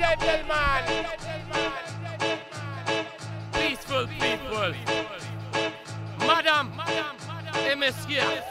gentlemen, peaceful people, madam et messieurs.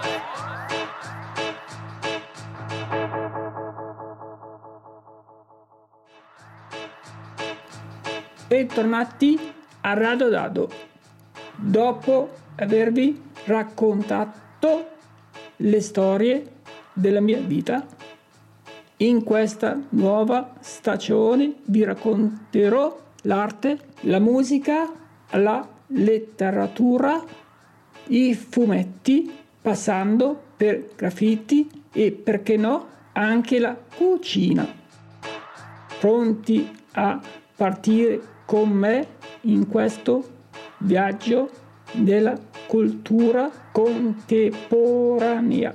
Bentornati a Radio Dado. Dopo avervi raccontato le storie della mia vita, in questa nuova stagione vi racconterò l'arte, la musica, la letteratura, i fumetti, passando per graffiti e, perché no, anche la cucina. Pronti a partire con me in questo viaggio della cultura contemporanea.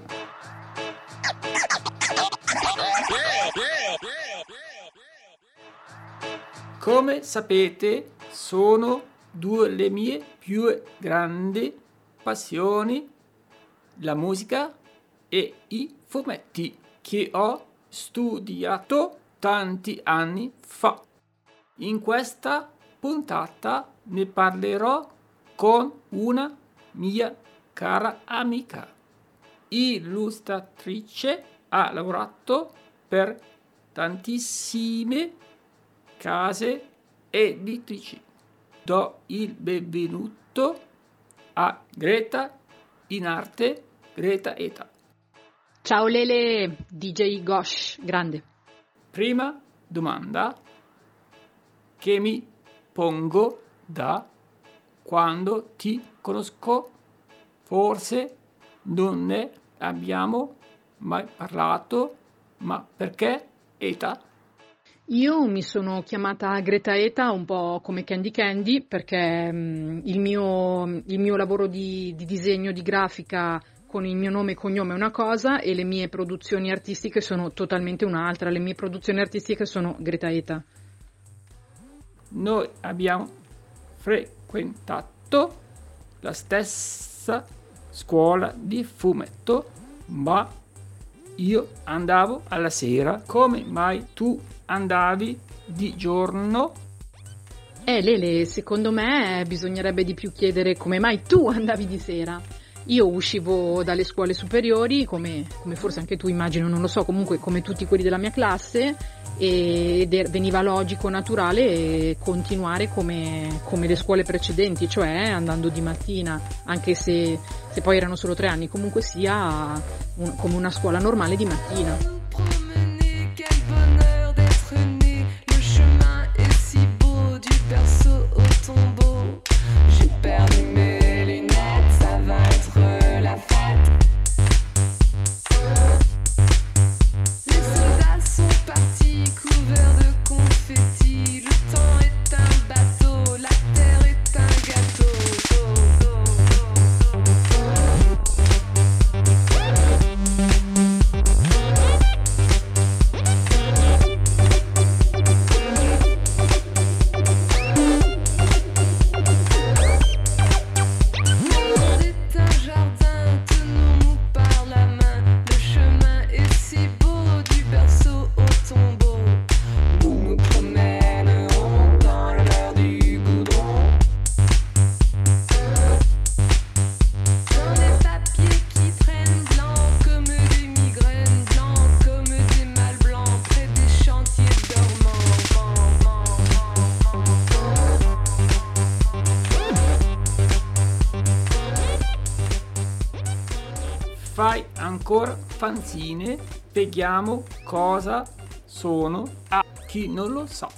Come sapete, sono due le mie più grandi passioni, la musica e i fumetti, che ho studiato tanti anni fa. In questa puntata ne parlerò con una mia cara amica, illustratrice, ha lavorato per tantissime case editrici. Do il benvenuto a Greta in arte, Greta Eta. Ciao Lele, DJ Gosh, grande. Prima domanda che mi pongo da quando ti conosco, forse non ne abbiamo mai parlato, ma perché Eta? Io mi sono chiamata Greta Eta un po' come Candy Candy perché il mio lavoro di disegno, di grafica con il mio nome e cognome è una cosa e le mie produzioni artistiche sono totalmente un'altra. Le mie produzioni artistiche sono Greta Eta. Noi abbiamo frequentato la stessa scuola di fumetto, ma io andavo alla sera. Come mai tu andavi di giorno? Lele, secondo me bisognerebbe di più chiedere come mai tu andavi di sera. Io uscivo dalle scuole superiori, come forse anche tu immagino, non lo so, comunque come tutti quelli della mia classe, ed veniva logico, naturale continuare come le scuole precedenti, cioè andando di mattina, anche se poi erano solo 3 anni, comunque sia come una scuola normale di mattina. Fai ancora fanzine? Spieghiamo cosa sono a chi non lo sa.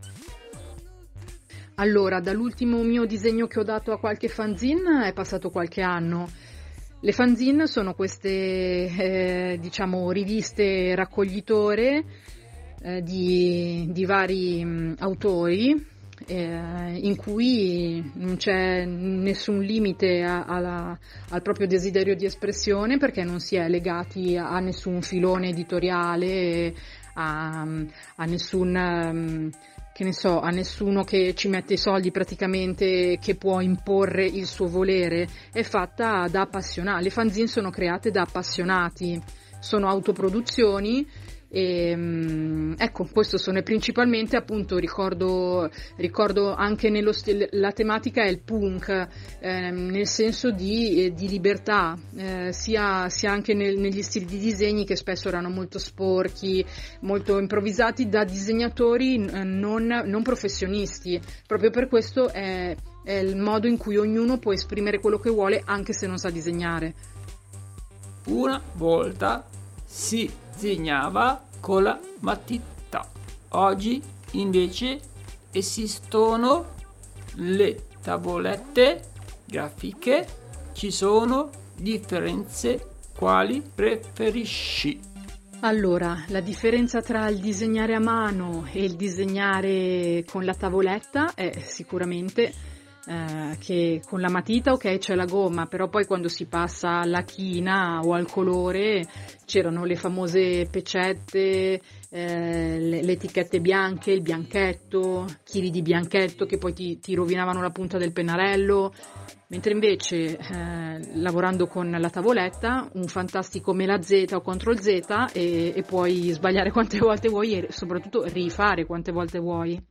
Allora, dall'ultimo mio disegno che ho dato a qualche fanzine è passato qualche anno. Le fanzine sono queste, riviste raccoglitore di vari autori, in cui non c'è nessun limite al proprio desiderio di espressione, perché non si è legati a nessun filone editoriale, a nessun che ne so, a nessuno che ci mette i soldi praticamente, che può imporre il suo volere. È fatta da appassionati. Le fanzine sono create da appassionati, sono autoproduzioni Ecco, questo sono, e principalmente appunto ricordo anche nello stile, la tematica è il punk, nel senso di libertà, sia anche negli stili di disegni che spesso erano molto sporchi, molto improvvisati da disegnatori non professionisti. Proprio per questo è il modo in cui ognuno può esprimere quello che vuole anche se non sa disegnare. Una volta si disegnava con la matita, oggi invece esistono le tavolette grafiche. Ci sono differenze, quali preferisci? Allora, la differenza tra il disegnare a mano e il disegnare con la tavoletta è sicuramente che con la matita ok c'è la gomma, però poi quando si passa alla china o al colore c'erano le famose pecette, le etichette bianche, il bianchetto, chili di bianchetto che poi ti rovinavano la punta del pennarello, mentre invece lavorando con la tavoletta un fantastico mela Z o CTRL Z e puoi sbagliare quante volte vuoi e soprattutto rifare quante volte vuoi.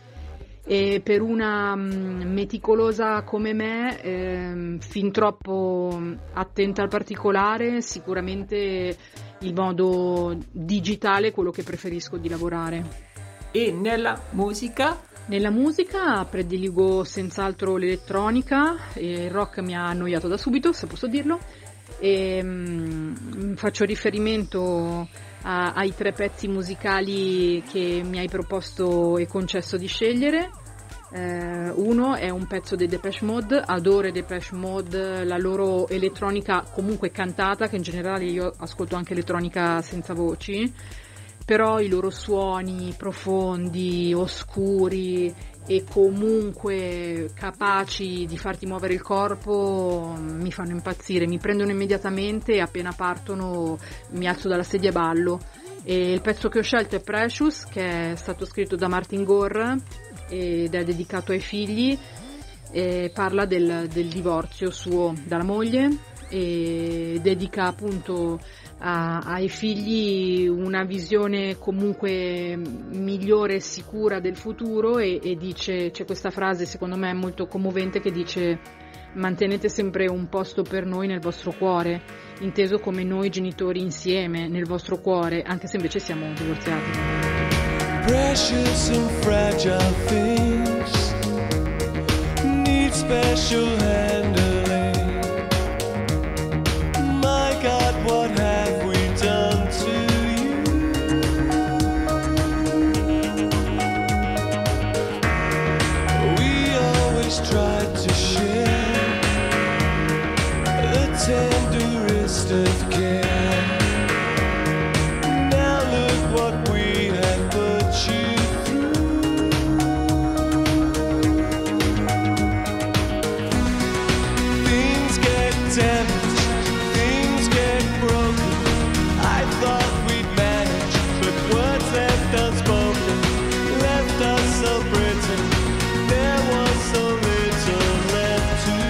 E per una meticolosa come me, fin troppo attenta al particolare, sicuramente il modo digitale è quello che preferisco di lavorare. E nella musica? Nella musica prediligo senz'altro l'elettronica, e il rock mi ha annoiato da subito, se posso dirlo, e faccio riferimento ai 3 pezzi musicali che mi hai proposto e concesso di scegliere. Uno è un pezzo dei Depeche Mode, adoro i Depeche Mode, la loro elettronica comunque cantata, che in generale io ascolto anche elettronica senza voci, però i loro suoni profondi, oscuri e comunque capaci di farti muovere il corpo mi fanno impazzire, mi prendono immediatamente e appena partono mi alzo dalla sedia e ballo. E il pezzo che ho scelto è Precious, che è stato scritto da Martin Gore ed è dedicato ai figli, e parla del divorzio suo dalla moglie e dedica appunto ai figli una visione comunque migliore e sicura del futuro e dice, c'è questa frase secondo me molto commovente che dice: mantenete sempre un posto per noi nel vostro cuore, inteso come noi genitori insieme nel vostro cuore, anche se invece siamo divorziati. Precious and fragile things need special handling. My God, what have we done to you? We always tried to share the tenderest of care. Now look what we have put you through. Things get damaged, things get broken. I thought we'd manage, but words left unspoken left us so brittle. There was so little left to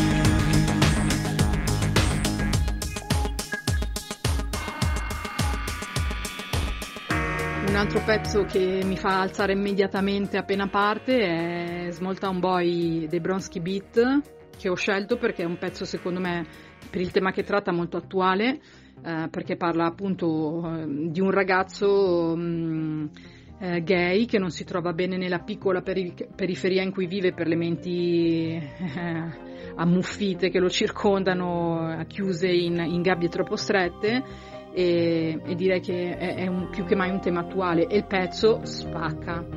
Un altro pezzo che mi fa alzare immediatamente appena parte è Small Town Boy dei Bronski Beat, che ho scelto perché è un pezzo secondo me per il tema che tratta molto attuale, perché parla appunto di un ragazzo gay che non si trova bene nella piccola periferia in cui vive per le menti ammuffite che lo circondano, chiuse in gabbie troppo strette. E direi che è più che mai un tema attuale e il pezzo spacca.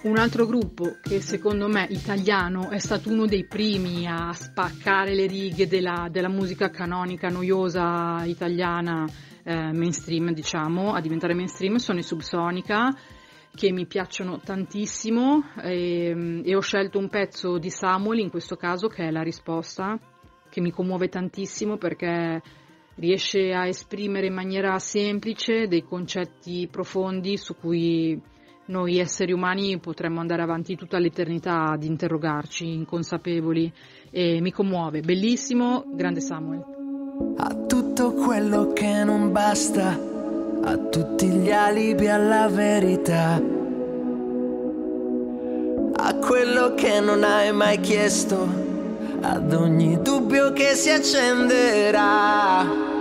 Un altro gruppo che secondo me italiano è stato uno dei primi a spaccare le righe della musica canonica noiosa italiana, mainstream, diciamo, a diventare mainstream, sono i Subsonica, che mi piacciono tantissimo, e ho scelto un pezzo di Samuel in questo caso, che è La risposta, che mi commuove tantissimo perché riesce a esprimere in maniera semplice dei concetti profondi su cui noi esseri umani potremmo andare avanti tutta l'eternità ad interrogarci, inconsapevoli, e mi commuove. Bellissimo, grande Samuel. A tutto quello che non basta, a tutti gli alibi alla verità, a quello che non hai mai chiesto, ad ogni dubbio che si accenderà,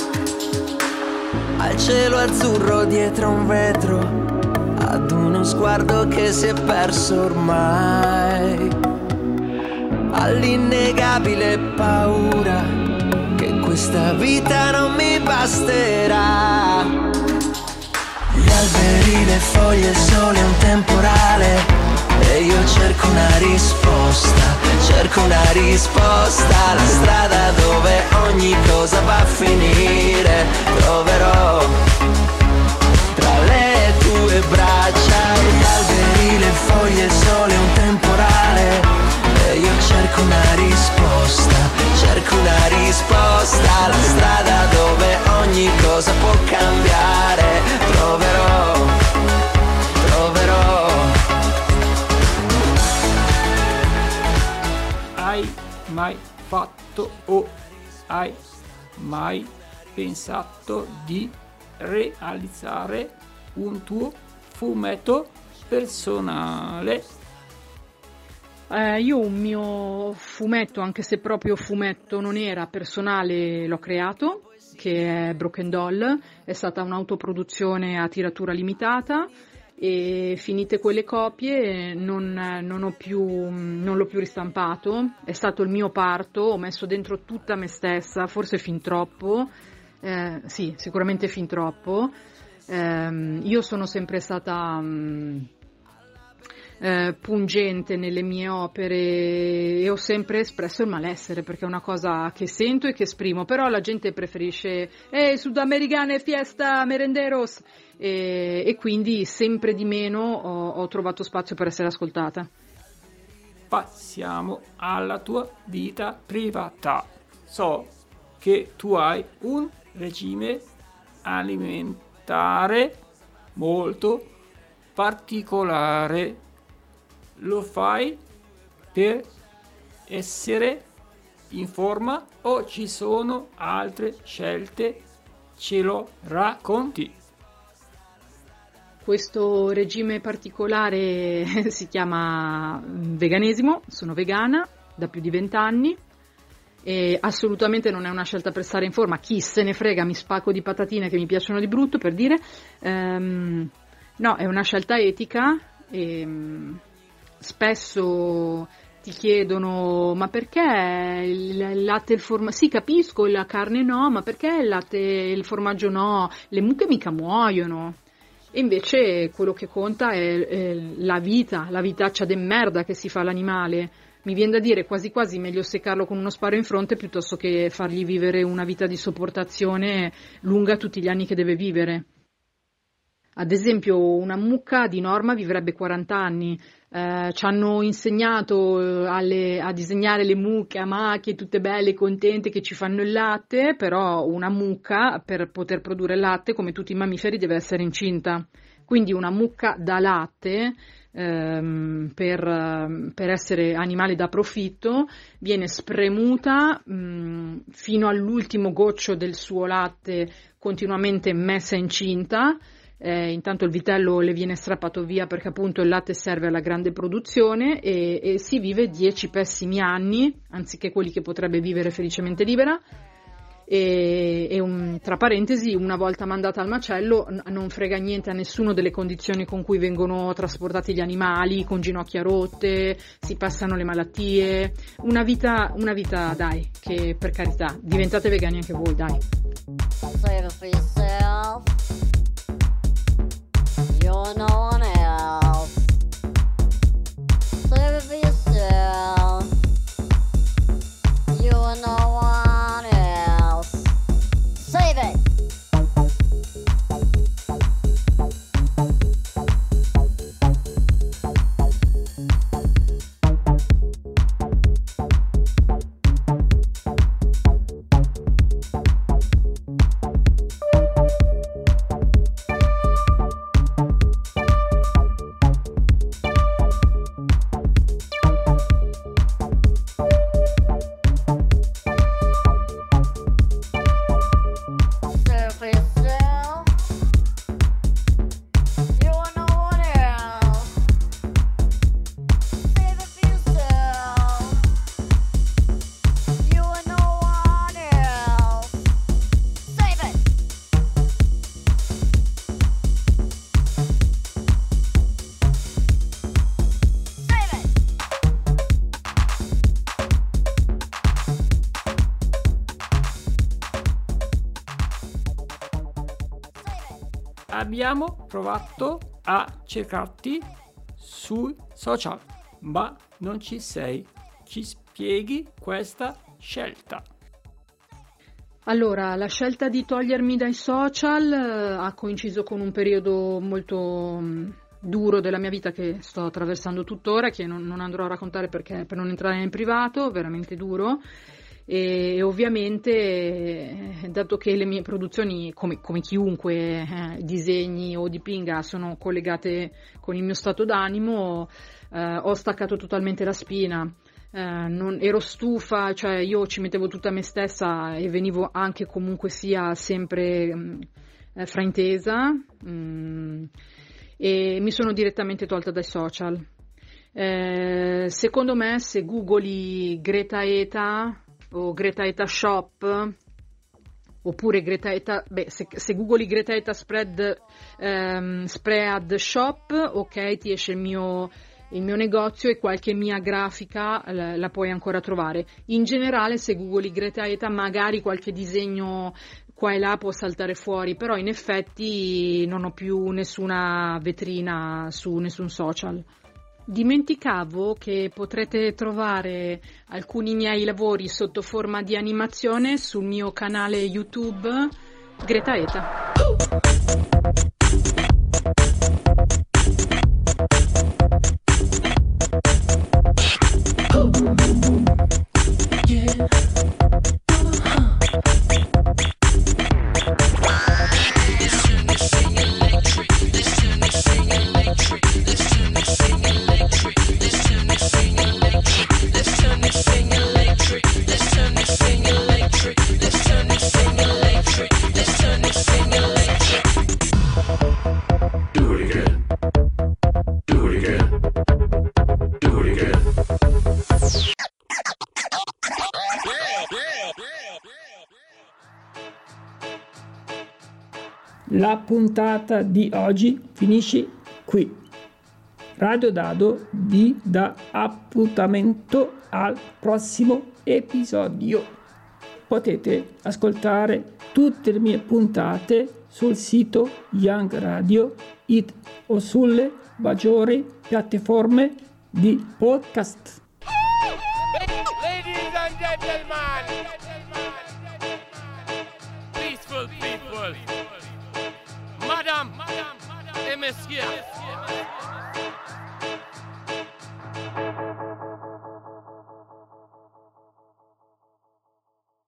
al cielo azzurro dietro un vetro, ad uno sguardo che si è perso ormai, all'innegabile paura che questa vita non mi basterà. Gli alberi, le foglie, il sole, un temporale, e io cerco una risposta, la strada dove ogni cosa va a finire, troverò tra le tue braccia. Gli alberi, le foglie, il sole, un temporale, e io cerco una risposta, la strada dove ogni cosa può cambiare, troverò. Hai mai fatto o hai mai pensato di realizzare un tuo fumetto personale? Io un mio fumetto, anche se proprio fumetto non era personale, l'ho creato, che è Broken Doll. È stata un'autoproduzione a tiratura limitata e finite quelle copie non l'ho più ristampato. È stato il mio parto, ho messo dentro tutta me stessa, forse fin troppo, sì, sicuramente fin troppo. Io sono sempre stata pungente nelle mie opere e ho sempre espresso il malessere, perché è una cosa che sento e che esprimo, però la gente preferisce sudamericane fiesta merenderos, e quindi sempre di meno ho trovato spazio per essere ascoltata. Passiamo alla tua vita privata. So che tu hai un regime alimentare molto particolare. Lo fai per essere in forma o ci sono altre scelte? Ce lo racconti? Questo regime particolare si chiama veganesimo, sono vegana da più di 20 anni e assolutamente non è una scelta per stare in forma. Chi se ne frega, mi spacco di patatine che mi piacciono di brutto, per dire. No, è una scelta etica e spesso ti chiedono ma perché il latte e il formaggio, sì capisco, la carne no, ma perché il latte e il formaggio no, le mucche mica muoiono. E invece quello che conta è la vitaccia de merda che si fa all'animale. Mi viene da dire quasi quasi meglio seccarlo con uno sparo in fronte piuttosto che fargli vivere una vita di sopportazione lunga tutti gli anni che deve vivere. Ad esempio una mucca di norma vivrebbe 40 anni, ci hanno insegnato a disegnare le mucche a macchie tutte belle e contente che ci fanno il latte, però una mucca per poter produrre il latte, come tutti i mammiferi, deve essere incinta. Quindi una mucca da latte, per essere animale da profitto, viene spremuta fino all'ultimo goccio del suo latte, continuamente messa incinta. Intanto il vitello le viene strappato via perché appunto il latte serve alla grande produzione e si vive 10 pessimi anni anziché quelli che potrebbe vivere felicemente libera. Tra parentesi, una volta mandata al macello non frega niente a nessuno delle condizioni con cui vengono trasportati gli animali, con ginocchia rotte, si passano le malattie, una vita dai, che per carità diventate vegani anche voi, dai. Save it for yourself. You're no one else. Abbiamo provato a cercarti sui social, ma non ci sei. Ci spieghi questa scelta? Allora, la scelta di togliermi dai social ha coinciso con un periodo molto duro della mia vita che sto attraversando tuttora, che non andrò a raccontare perché per non entrare nel privato, veramente duro. E ovviamente, dato che le mie produzioni, come chiunque disegni o dipinga, sono collegate con il mio stato d'animo, ho staccato totalmente la spina. Ero stufa, cioè io ci mettevo tutta me stessa e venivo anche comunque sia sempre fraintesa, e mi sono direttamente tolta dai social. Secondo me, se googli Greta Eta o Greta Eta Shop oppure Greta Eta, se googli Greta Eta Spread Shop, ok, ti esce il mio negozio e qualche mia grafica la puoi ancora trovare. In generale, se googli Greta Eta, magari qualche disegno qua e là può saltare fuori, però in effetti non ho più nessuna vetrina su nessun social. Dimenticavo che potrete trovare alcuni miei lavori sotto forma di animazione sul mio canale YouTube Greta Eta. La puntata di oggi finisce qui. Radio Dado vi dà appuntamento al prossimo episodio. Potete ascoltare tutte le mie puntate sul sito Young Radio It o sulle maggiori piattaforme di podcast. Ladies and gentlemen, peaceful people, Madam et Messieurs,